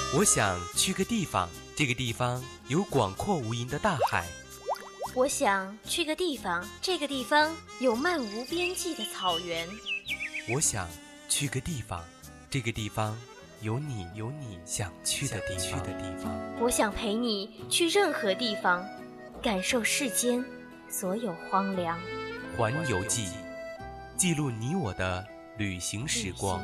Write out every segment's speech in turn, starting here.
我想去个地方，这个地方有广阔无垠的大海。 我想去个地方，这个地方有漫无边际的草原。 我想去个地方，这个地方有你想去的地方。 我想陪你去任何地方，感受世间所有荒凉。 环游记，记录你我的旅行时光。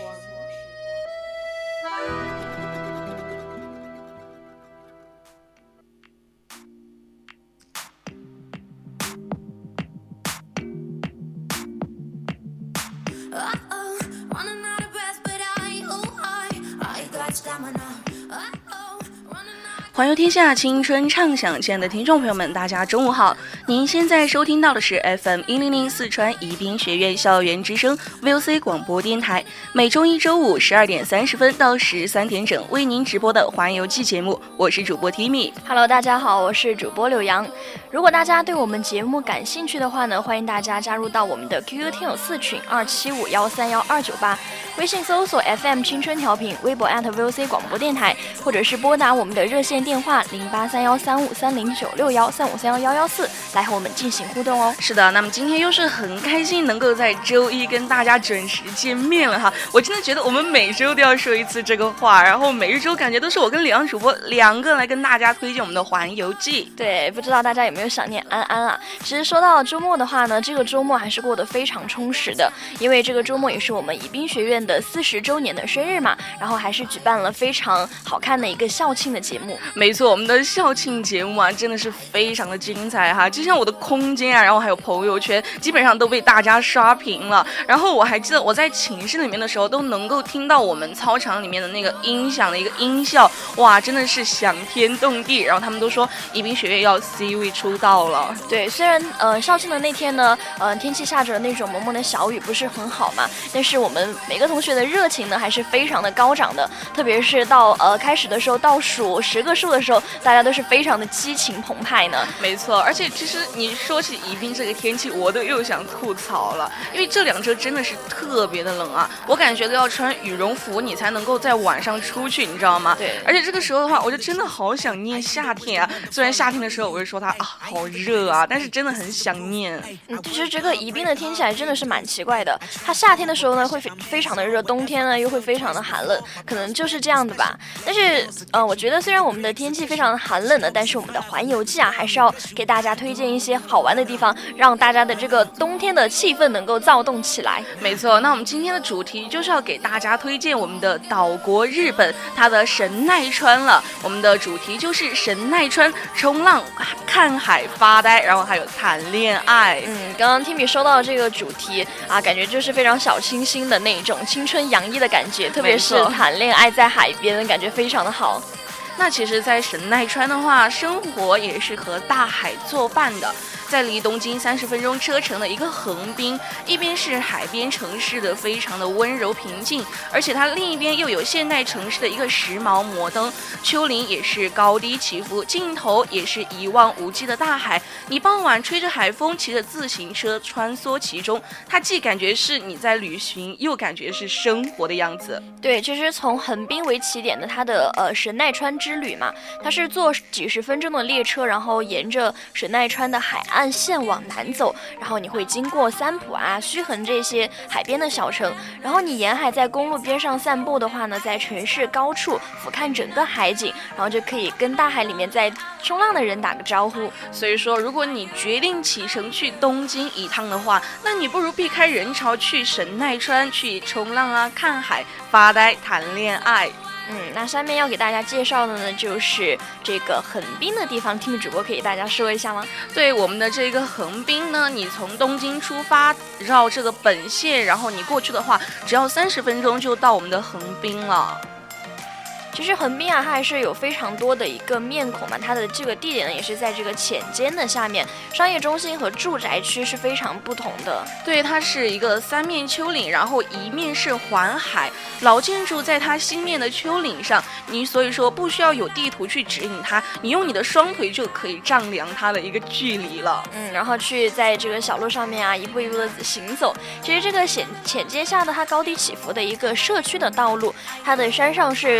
环游天下，青春畅想。亲爱的听众朋友们，大家中午好！您现在收听到的是 FM1004四川宜宾学院校园之声 VOC 广播电台，每周一、周五12点30分到13点整为您直播的环游记节目。我是主播 Timmy。Hello， 大家好，我是主播柳阳。如果大家对我们节目感兴趣的话呢，欢迎大家加入到我们的 QQ 听友4群275131298，微信搜索 FM 青春调频，微博 @VOC 广播电台，或者是拨打我们的热线电话083135309613531114来和我们进行互动哦。 是的，那么今天又是很开心能够在周一跟大家准时见面了哈。我真的觉得我们每周都要说一次这个话，然后每一周感觉都是我跟李阳主播两个来跟大家推荐我们的环游记。 对，不知道大家有没有想念安安啊？其实说到周末的话呢，这个周末还是过得非常充实的，因为这个周末也是我们宜宾学院的40周年的生日嘛，然后还是举办了非常好看的一个校庆的节目。 没错，我们的校庆节目啊，真的是非常的精彩哈！就像我的空间啊，然后还有朋友圈，基本上都被大家刷屏了。然后我还记得我在寝室里面的时候，都能够听到我们操场里面的那个音响的一个音效，哇，真的是响天动地。然后他们都说宜宾学院要 C 位出道了。 对，虽然校庆的那天呢，天气下着那种蒙蒙的小雨，不是很好嘛，但是我们每个同学的热情呢，还是非常的高涨的。特别是到开始的时候，倒数10个数的时候，大家都是非常的激情澎湃呢。 没错，而且其实你说起宜宾这个天气，我都又想吐槽了，因为这2周真的是特别的冷啊，我感觉都要穿羽绒服你才能够在晚上出去，你知道吗？ 对。 而且这个时候的话，我就真的好想念夏天啊。虽然夏天的时候我会说它好热啊，但是真的很想念。 其实这个宜宾的天气还真的是蛮奇怪的，它夏天的时候呢会非常的热，冬天呢又会非常的寒冷，可能就是这样的吧。但是我觉得虽然我们的天气非常的寒冷的，但是我们的环游记啊，还是要给大家推荐一些好玩的地方，让大家的这个冬天的气氛能够躁动起来。 没错，那我们今天的主题就是要给大家推荐我们的岛国日本，它的神奈川了。我们的主题就是神奈川，冲浪、看海、发呆，然后还有谈恋爱。 刚刚 Timmy 收到这个主题啊，感觉就是非常小清新的那种青春洋溢的感觉，特别是谈恋爱在海边，感觉非常的好。 那其实在神奈川的话，生活也是和大海作伴的。在离东京30分钟车程的一个横滨，一边是海边城市的非常的温柔平静，而且它另一边又有现代城市的一个时髦摩登，丘陵也是高低起伏，尽头也是一望无际的大海。你傍晚吹着海风，骑着自行车穿梭其中，它既感觉是你在旅行，又感觉是生活的样子。 对，其实从横滨为起点的它的神奈川之旅嘛，它是坐几十分钟的列车，然后沿着神奈川的海岸线往南走，然后你会经过三浦啊、须衡这些海边的小城，然后你沿海在公路边上散步的话呢，在城市高处俯瞰整个海景，然后就可以跟大海里面在冲浪的人打个招呼。 所以说，如果你决定启程去东京一趟的话，那你不如避开人潮去神奈川去冲浪啊、看海、发呆、谈恋爱。 那下面要给大家介绍的呢，就是这个横滨的地方，听主播可以给大家说一下吗？ 对，我们的这个横滨呢，你从东京出发，绕这个本线，然后你过去的话，只要30分钟就到我们的横滨了。 其实横滨啊，它还是有非常多的一个面孔嘛，它的这个地点呢也是在这个浅间的下面，商业中心和住宅区是非常不同的。 对，它是一个3面丘陵，然后一面是环海，老建筑在它西面的丘陵上，你所以说不需要有地图去指引它，你用你的双腿就可以丈量它的一个距离了。 然后去在这个小路上面啊，一步一步的行走。其实这个浅间下的它高低起伏的一个社区的道路，它的山上是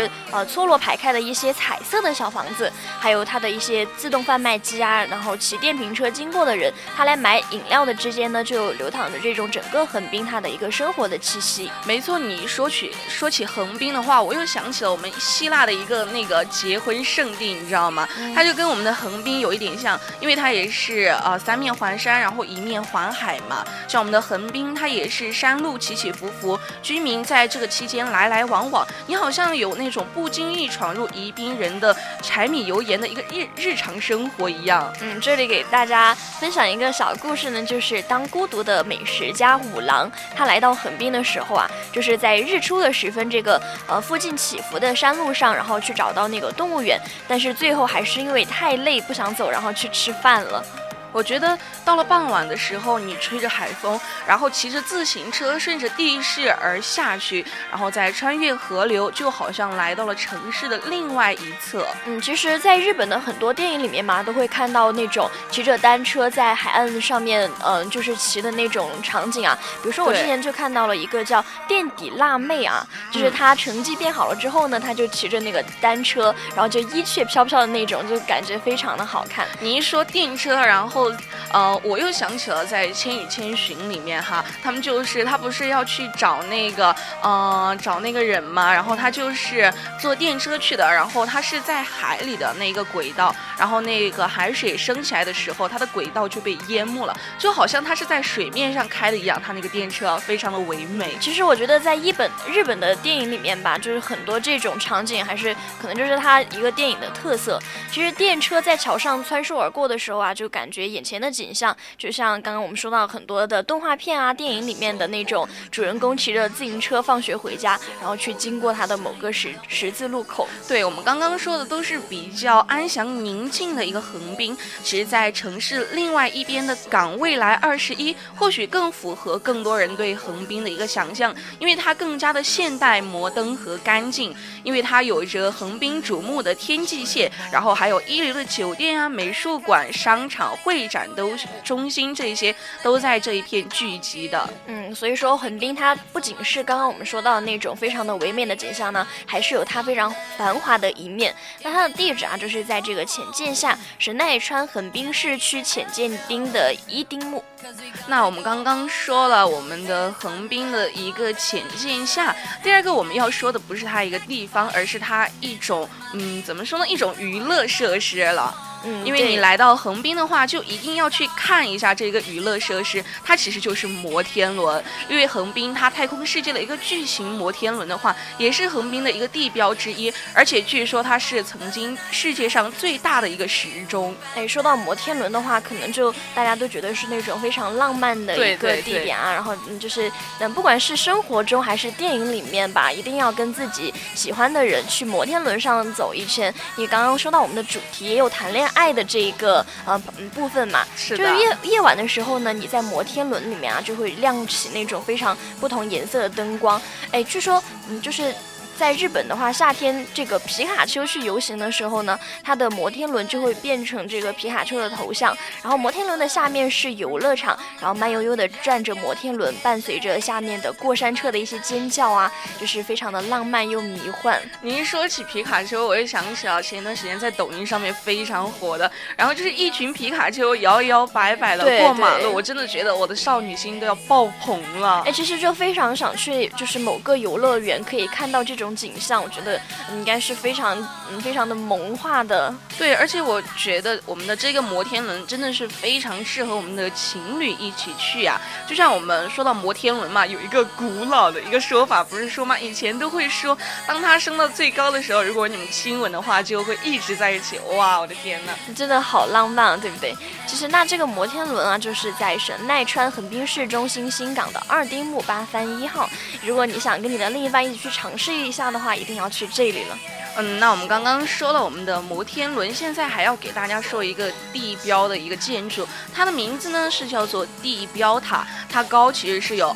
错落排开的一些彩色的小房子，还有它的一些自动贩卖机啊，然后骑电瓶车经过的人，他来买饮料的之间呢，就流淌着这种整个横滨它的一个生活的气息。 没错，你说起横滨的话，我又想起了我们希腊的一个那个结婚圣地，你知道吗？它就跟我们的横滨有一点像，因为它也是三面环山，然后一面环海嘛。像我们的横滨，它也是山路起起伏伏，居民在这个期间来来往往，你好像有那种不经意闯入宜宾人的柴米油盐的一个日常生活一样。 这里给大家分享一个小故事呢，就是当孤独的美食家五郎他来到横滨的时候啊，就是在日出的时分，这个附近起伏的山路上，然后去找到那个动物园，但是最后还是因为太累不想走，然后去吃饭了。 我觉得到了傍晚的时候，你吹着海风，然后骑着自行车顺着地势而下去，然后再穿越河流，就好像来到了城市的另外一侧。 其实在日本的很多电影里面嘛，都会看到那种骑着单车在海岸上面就是骑的那种场景啊。比如说我之前就看到了一个叫垫底辣妹啊，就是她成绩变好了之后呢，她就骑着那个单车，然后就衣雀飘飘的那种，就感觉非常的好看。 你一说电车，然后我又想起了在《千与千寻》里面哈，他不是要去找那个人嘛，然后他就是坐电车去的，然后他是在海里的那个轨道，然后那个海水升起来的时候，它的轨道就被淹没了，就好像它是在水面上开的一样，它那个电车非常的唯美。 其实我觉得在日本的电影里面吧，就是很多这种场景还是可能就是它一个电影的特色。其实电车在桥上穿梭而过的时候啊，就感觉眼前的景象就像刚刚我们说到很多的动画片啊电影里面的那种主人公骑着自行车放学回家，然后去经过他的某个十字路口。 对，我们刚刚说的都是比较安详宁静的一个横滨，其实在城市另外一边的港未来21或许更符合更多人对横滨的一个想象，因为它更加的现代摩登和干净，因为它有着横滨瞩目的天际线，然后还有一流的酒店啊、美术馆、商场、会展中心，这些都在这一片聚集的。 所以说横滨它不仅是刚刚我们说到的那种非常的唯美的景象呢，还是有它非常繁华的一面。那它的地址啊，就是在这个浅见下神奈川横滨市区浅见町的伊丁目。 那我们刚刚说了我们的横滨的一个浅见下，第二个我们要说的不是它一个地方，而是它一种怎么说呢，一种娱乐设施了。因为你来到横滨的话，就一定要去看一下这个娱乐设施，它其实就是摩天轮。因为横滨它太空世界的一个巨型摩天轮的话，也是横滨的一个地标之一，而且据说它是曾经世界上最大的一个时钟。 说到摩天轮的话，可能就大家都觉得是那种非常浪漫的一个地点啊，然后就是不管是生活中还是电影里面吧，一定要跟自己喜欢的人去摩天轮上走一圈。你刚刚说到我们的主题也有谈恋爱的这一个部分嘛， 是的， 就是夜晚的时候呢，你在摩天轮里面啊，就会亮起那种非常不同颜色的灯光。据说就是在日本的话，夏天这个皮卡丘去游行的时候呢，它的摩天轮就会变成这个皮卡丘的头像，然后摩天轮的下面是游乐场，然后慢悠悠的转着摩天轮，伴随着下面的过山车的一些尖叫啊，就是非常的浪漫又迷幻。 你一说起皮卡丘，我就想起了前一段时间在抖音上面非常火的，然后就是一群皮卡丘摇摇摆摆的过马路，我真的觉得我的少女心都要爆棚了。 其实就非常想去就是某个游乐园可以看到这种景象，我觉得应该是非常的萌化的。 对，而且我觉得我们的这个摩天轮真的是非常适合我们的情侣一起去啊。就像我们说到摩天轮嘛，有一个古老的一个说法，不是说嘛，以前都会说，当它升到最高的时候，如果你们亲吻的话，就会一直在一起。哇，我的天哪， 真的好浪漫，对不对？其实那这个摩天轮啊，就是在神奈川横滨市中心新港的二丁目8番1号。如果你想跟你的另一半一起去尝试一下的话，一定要去这里了。 那我们刚刚说了我们的摩天轮，现在还要给大家说一个地标的一个建筑，它的名字呢是叫做地标塔，它高其实是有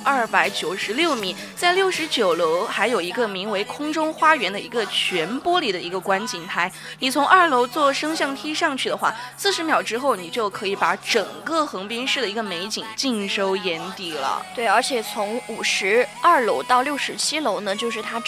296米，在69楼还有一个名为空中花园的一个全玻璃的一个观景台。你从2楼坐升降梯上去的话，40秒之后你就可以把整个横滨市的一个美景尽收眼底了。 对，而且从52楼到67楼呢，就是它整个的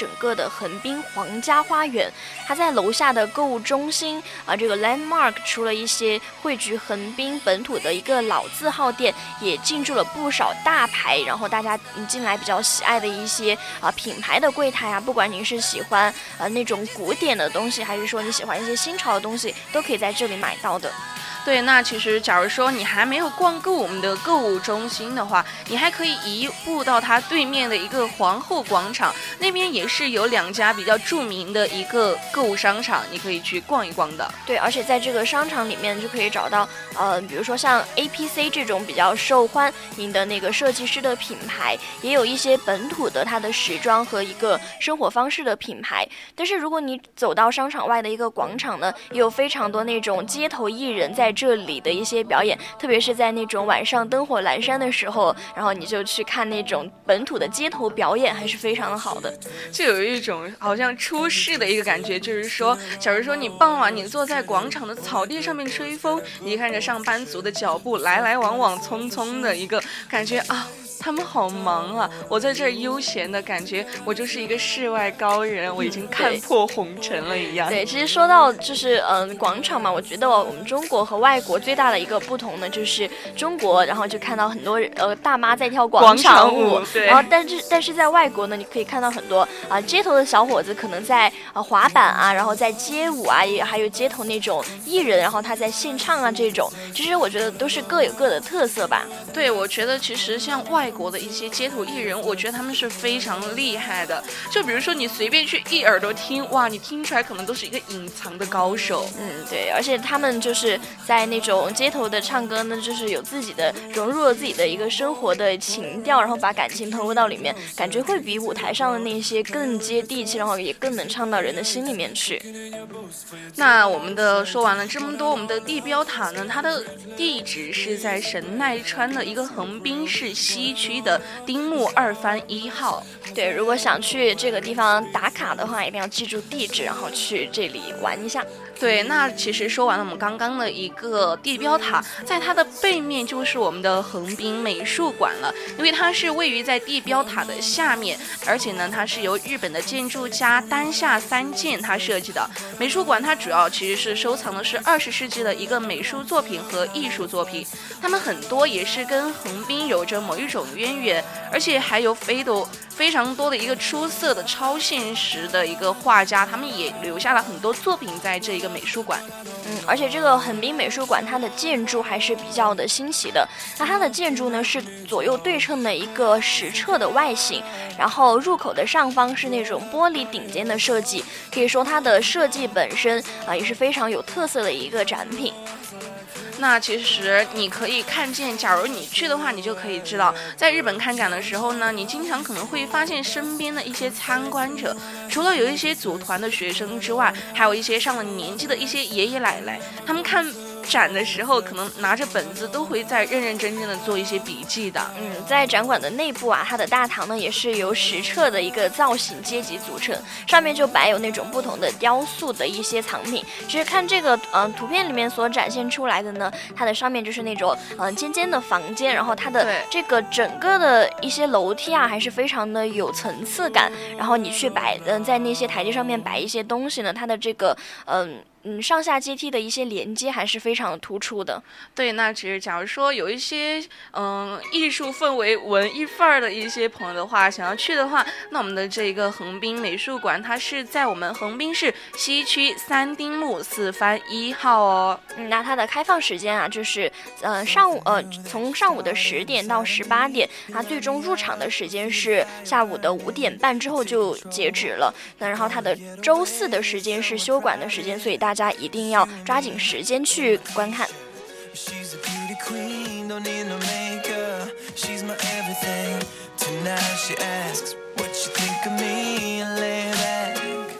的横滨皇家花园。它在楼下的购物中心这个 Landmark 出了一些汇聚横滨本土的一个老字号店，也进驻了不少大牌，然后大家进来比较喜爱的一些品牌的柜台啊，不管您是喜欢那种古典的东西，还是说你喜欢一些新潮的东西，都可以在这里买到的。 对，那其实假如说你还没有逛够我们的购物中心的话，你还可以移步到它对面的一个皇后广场，那边也是有2家比较著名的一个购物商场，你可以去逛一逛的。 对，而且在这个商场里面就可以找到比如说像 APC 这种比较受欢迎的那个设计师的品牌，也有一些本土的它的时装和一个生活方式的品牌。但是如果你走到商场外的一个广场呢，也有非常多那种街头艺人在这里的一些表演，特别是在那种晚上灯火阑珊的时候，然后你就去看那种本土的街头表演，还是非常的好的。 就有一种好像出世的一个感觉，就是说假如说你傍晚你坐在广场的草地上面吹风，你看着上班族的脚步来来往往匆匆的一个感觉啊，他们好忙啊，我在这儿悠闲的感觉，我就是一个世外高人，我已经看破红尘了一样。 对，其实说到就是广场嘛，我觉得我们中国和外国最大的一个不同呢，就是中国然后就看到很多大妈在跳广场舞， 对， 然后但是在外国呢，你可以看到很多街头的小伙子可能在滑板啊，然后在街舞啊，也还有街头那种艺人，然后他在献唱啊这种，其实我觉得都是各有各的特色吧。 对，我觉得其实像外国的一些街头艺人，我觉得他们是非常厉害的。就比如说你随便去一耳朵听，哇，你听出来可能都是一个隐藏的高手。 对，而且他们就是在那种街头的唱歌呢，就是有自己的融入了自己的一个生活的情调，然后把感情投入到里面，感觉会比舞台上的那些更接地气，然后也更能唱到人的心里面去。 那我们的说完了这么多，我们的地标塔呢，它的地址是在神奈川的一个横滨市西区的丁目2番1号。 对，如果想去这个地方打卡的话，一定要记住地址，然后去这里玩一下。 对，那其实说完了我们刚刚的一个地标塔，在它的背面就是我们的横滨美术馆了，因为它是位于在地标塔的下面，而且呢，它是由日本的建筑家丹下三健他设计的。美术馆它主要其实是收藏的是20世纪的一个美术作品和艺术作品，它们很多也是跟横滨有着某一种渊源，而且还有非常多的一个出色的超现实的一个画家，他们也留下了很多作品在这一个美术馆。 而且这个横滨美术馆它的建筑还是比较的新奇的。那它的建筑呢是左右对称的一个实彻的外形，然后入口的上方是那种玻璃顶尖的设计，可以说它的设计本身也是非常有特色的一个展品。 那其实你可以看见，假如你去的话，你就可以知道，在日本看展的时候呢，你经常可能会发现身边的一些参观者，除了有一些组团的学生之外，还有一些上了年纪的一些爷爷奶奶，他们看展的时候可能拿着本子都会在认认真真的做一些笔记的。 在展馆的内部它的大堂呢也是由实彻的一个造型阶级组成，上面就摆有那种不同的雕塑的一些藏品。其实看这个图片里面所展现出来的呢，它的上面就是那种尖尖的房间，然后它的这个整个的一些楼梯还是非常的有层次感。然后你去在那些台阶上面摆一些东西呢，它的这个上下阶梯的一些连接还是非常突出的。 对，那其实假如说有一些艺术氛围文艺范儿的一些朋友的话，想要去的话，那我们的这个横滨美术馆它是在我们横滨市西区3丁目4番1号哦。 那它的开放时间就是从上午的10点到18点，它最终入场的时间是下午的5点半之后就截止了。然后它的周4的时间是休馆的时间，所以大家一定要抓紧时间去观看。 She's a beauty queen, don't need no makeup. She's my everything. Tonight she asks what you think of me and lay back.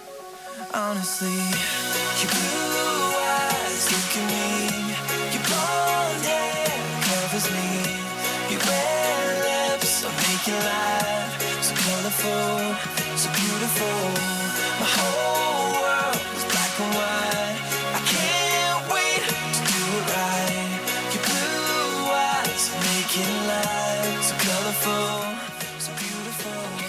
Honestly, your blue eyes look at me. Your blonde hair covers me. Your red lips are making life so colorful, so beautiful. My whole world is black and white. I can't wait to do it right. Your blue eyes making life so colorful, so beautiful.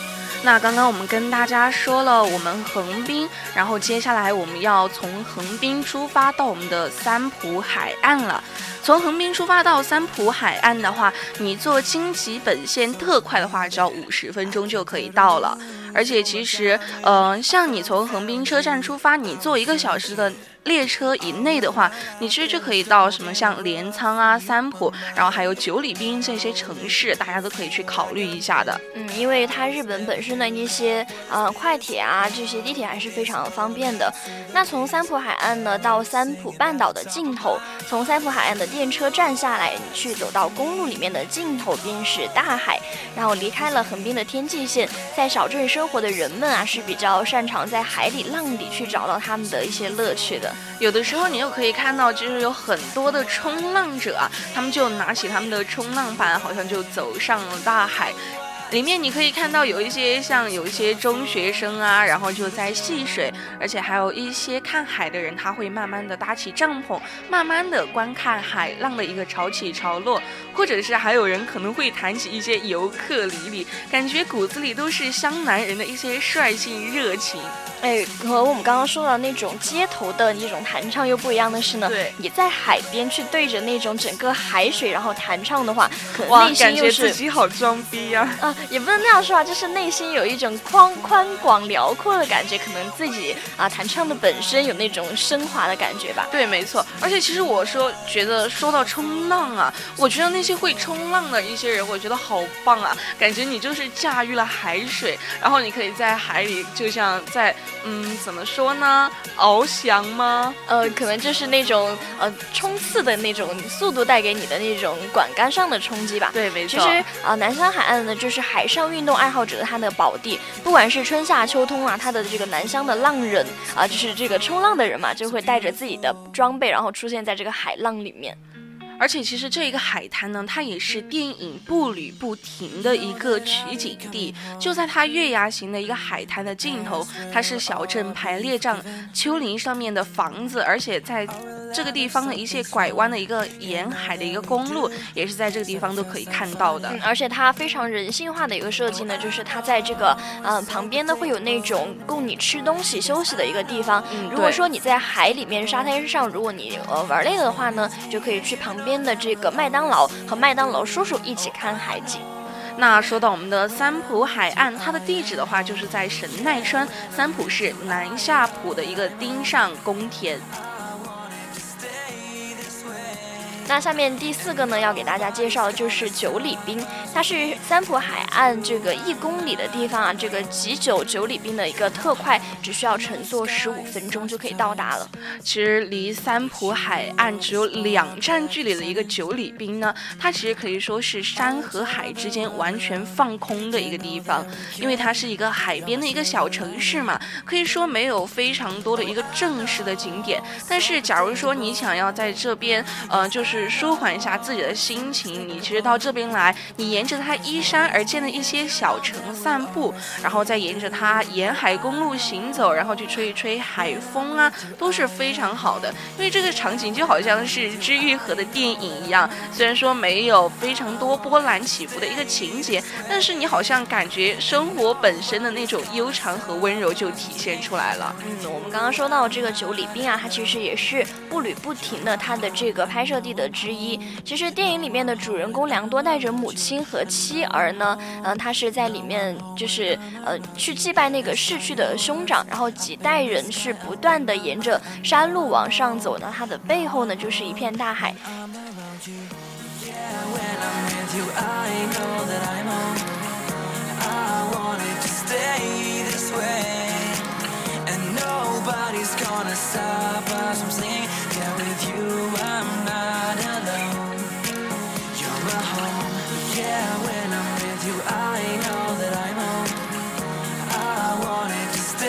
那刚刚我们跟大家说了我们横滨，然后接下来我们要从横滨出发到我们的三浦海岸了。从横滨出发到三浦海岸的话，你坐京急本线特快的话，只要50分钟就可以到了。而且其实，像你从横滨车站出发，你坐1个小时的列车以内的话，你其实就可以到什么像镰仓啊、三浦，然后还有久里滨这些城市，大家都可以去考虑一下的。 因为它日本本身的一些快铁啊，这些地铁还是非常方便的。那从三浦海岸呢到三浦半岛的尽头，从三浦海岸的电车站下来，你去走到公路里面的尽头便是大海。然后离开了横滨的天际线，在小镇生活的人们啊是比较擅长在海里浪里去找到他们的一些乐趣的。 有的时候你又可以看到，就是有很多的冲浪者啊，他们就拿起他们的冲浪板，好像就走上了大海。里面你可以看到有一些中学生啊，然后就在戏水，而且还有一些看海的人，他会慢慢的搭起帐篷，慢慢的观看海浪的一个潮起潮落，或者是还有人可能会弹起一些尤克里里，感觉骨子里都是湘南人的一些率性热情。 和我们刚刚说的那种街头的那种弹唱又不一样的是呢， 对， 你在海边去对着那种整个海水然后弹唱的话，可能内心又是感觉自己好装逼呀！ 也不能那样说啊，就是内心有一种宽广辽阔的感觉，可能自己弹唱的本身有那种升华的感觉吧。 对，没错。而且其实觉得说到冲浪啊，我觉得那些会冲浪的一些人，我觉得好棒啊，感觉你就是驾驭了海水，然后你可以在海里就像在怎么说呢，翱翔吗？ 可能就是那种冲刺的那种速度带给你的那种管干上的冲击吧。 对，没错。 其实南湘海岸呢，就是海上运动爱好者的他的宝地，不管是春夏秋冬啊，他的这个南湘的浪人就是这个冲浪的人嘛，就会带着自己的装备，然后出现在这个海浪里面。 而且其实这个海滩呢，它也是电影《步履不停》的一个取景地，就在它月牙形的一个海滩的尽头，它是小镇排列帐丘陵上面的房子，而且在这个地方的一些拐弯的一个沿海的一个公路，也是在这个地方都可以看到的。 而且它非常人性化的一个设计呢，就是它在这个旁边呢会有那种供你吃东西休息的一个地方。如果说你在海里面沙滩上，如果你玩累了的话呢，就可以去旁边的这个麦当劳和麦当劳叔叔一起看海景。 那说到我们的三浦海岸，它的地址的话就是在神奈川三浦市南下浦的一个町上宫田。 那下面第4个呢，要给大家介绍的就是久里滨，它是三浦海岸这个1公里的地方啊，这个吉久久里滨的一个特快，只需要乘坐15分钟就可以到达了。 其实离三浦海岸只有2站距离的一个久里滨呢，它其实可以说是山和海之间完全放空的一个地方，因为它是一个海边的一个小城市嘛，可以说没有非常多的一个正式的景点。但是假如说你想要在这边就是舒缓一下自己的心情，你其实到这边来，你沿着它依山而建的一些小城散步，然后再沿着它沿海公路行走，然后去吹一吹海风啊，都是非常好的。因为这个场景就好像是知愈合的电影一样，虽然说没有非常多波澜起伏的一个情节，但是你好像感觉生活本身的那种悠长和温柔就体现出来了。 我们刚刚说到这个久里滨啊，它其实也是步履不停的它的这个拍摄地的之一。其实电影里面的主人公良多带着母亲和妻儿呢，他是在里面就是去祭拜那个逝去的兄长，然后几代人是不断的沿着山路往上走呢，他的背后呢就是一片大海。 I know that I'm home. I wanted to stay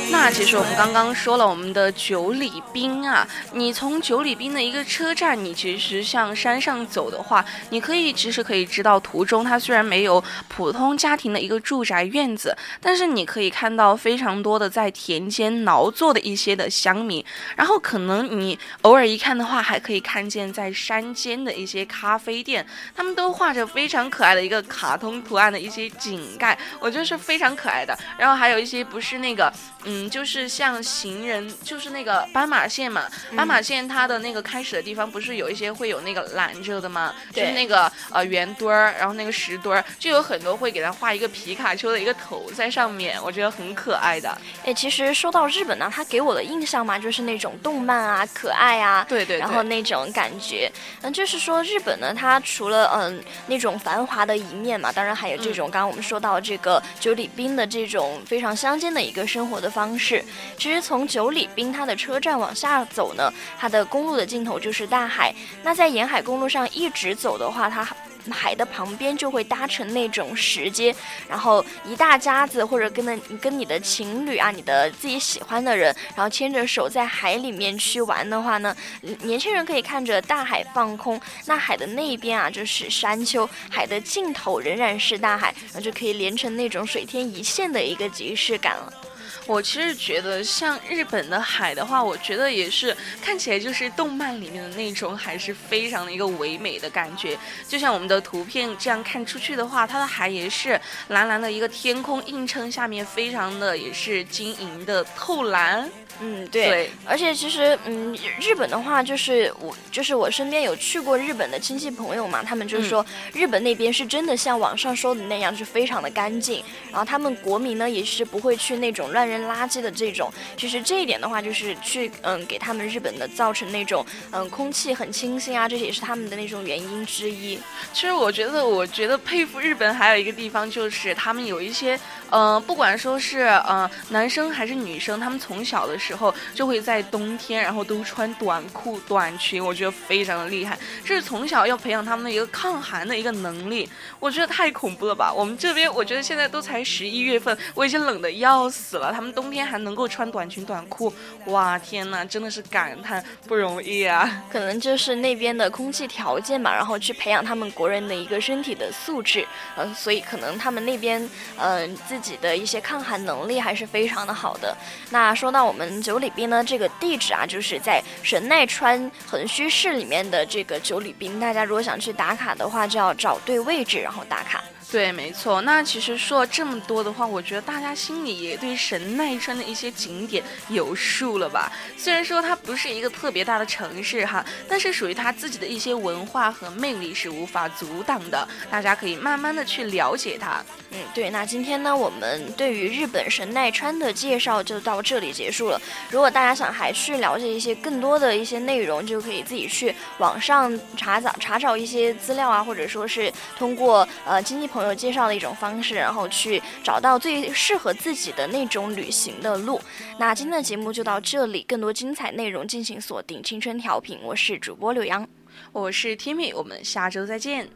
那其实我们刚刚说了我们的九里滨啊，你从九里滨的一个车站，你其实向山上走的话，你其实可以知道途中它虽然没有普通家庭的一个住宅院子，但是你可以看到非常多的在田间劳作的一些的乡民，然后可能你偶尔一看的话，还可以看见在山间的一些咖啡店，他们都画着非常可爱的一个卡通图案的一些井盖，我觉得是非常可爱的。然后还有一些不是那个就是像行人，就是那个斑马线嘛，斑马线它的那个开始的地方不是有一些会有那个拦着的吗？就是那个圆墩儿，然后那个石墩儿，就有很多会给它画一个皮卡丘的一个头在上面，我觉得很可爱的。 其实说到日本呢，它给我的印象嘛，就是那种动漫啊、可爱啊， 对， 然后那种感觉，就是说日本呢，它除了那种繁华的一面嘛，当然还有这种刚刚我们说到这个九里滨的这种非常乡间的一个生活的方式。其实从九里滨它的车站往下走呢，它的公路的尽头就是大海。那在沿海公路上一直走的话，它海的旁边就会搭成那种石阶，然后一大家子或者跟你的情侣啊，你的自己喜欢的人，然后牵着手在海里面去玩的话呢，年轻人可以看着大海放空，那海的那一边啊就是山丘，海的尽头仍然是大海，然后就可以连成那种水天一线的一个即视感了。 我其实觉得像日本的海的话，我觉得也是看起来就是动漫里面的那种海，是非常的一个唯美的感觉。就像我们的图片这样看出去的话，它的海也是蓝蓝的一个天空映衬下面，非常的也是晶莹的透蓝。 对，而且其实日本的话，就是我身边有去过日本的亲戚朋友嘛，他们就说日本那边是真的像网上说的那样，是非常的干净，然后他们国民呢也是不会去那种乱扔垃圾的这种，其实这一点的话，就是去给他们日本的造成那种空气很清新啊，这也是他们的那种原因之一。 其实我觉得佩服日本还有一个地方就是他们有一些不管说是男生还是女生，他们从小的时候就会在冬天然后都穿短裤短裙，我觉得非常的厉害，这是从小要培养他们的一个抗寒的一个能力，我觉得太恐怖了吧。我们这边我觉得现在都才11月份，我已经冷得要死了，他们冬天还能够穿短裙短裤，哇天哪，真的是感叹不容易啊。 可能就是那边的空气条件吧，然后去培养他们国人的一个身体的素质，所以可能他们那边自己的一些抗寒能力还是非常的好的。那说到我们九里滨呢，这个地址啊，就是在神奈川横须市里面的这个九里滨，大家如果想去打卡的话，就要找对位置然后打卡。 对，没错。那其实说了这么多的话，我觉得大家心里也对神奈川的一些景点有数了吧？虽然说它不是一个特别大的城市哈，但是属于它自己的一些文化和魅力是无法阻挡的，大家可以慢慢的去了解它。 对。那今天呢，我们对于日本神奈川的介绍就到这里结束了。如果大家想还去了解一些更多的一些内容，就可以自己去网上查找一些资料啊，或者说是通过亲戚朋友介绍的一种方式，然后去找到最适合自己的那种旅行的路。那今天的节目就到这里，更多精彩内容敬请锁定青春调频，我是主播柳阳， 我是 Timmy， 我们下周再见。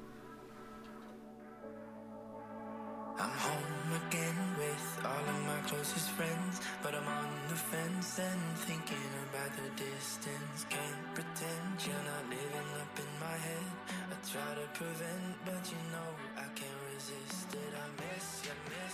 I'm home again with all of my closest friends, but I'm on the fence and thinking about the distance. Can't pretend you're not living up in my head. I try to prevent, but you know I can't resist it. I miss you,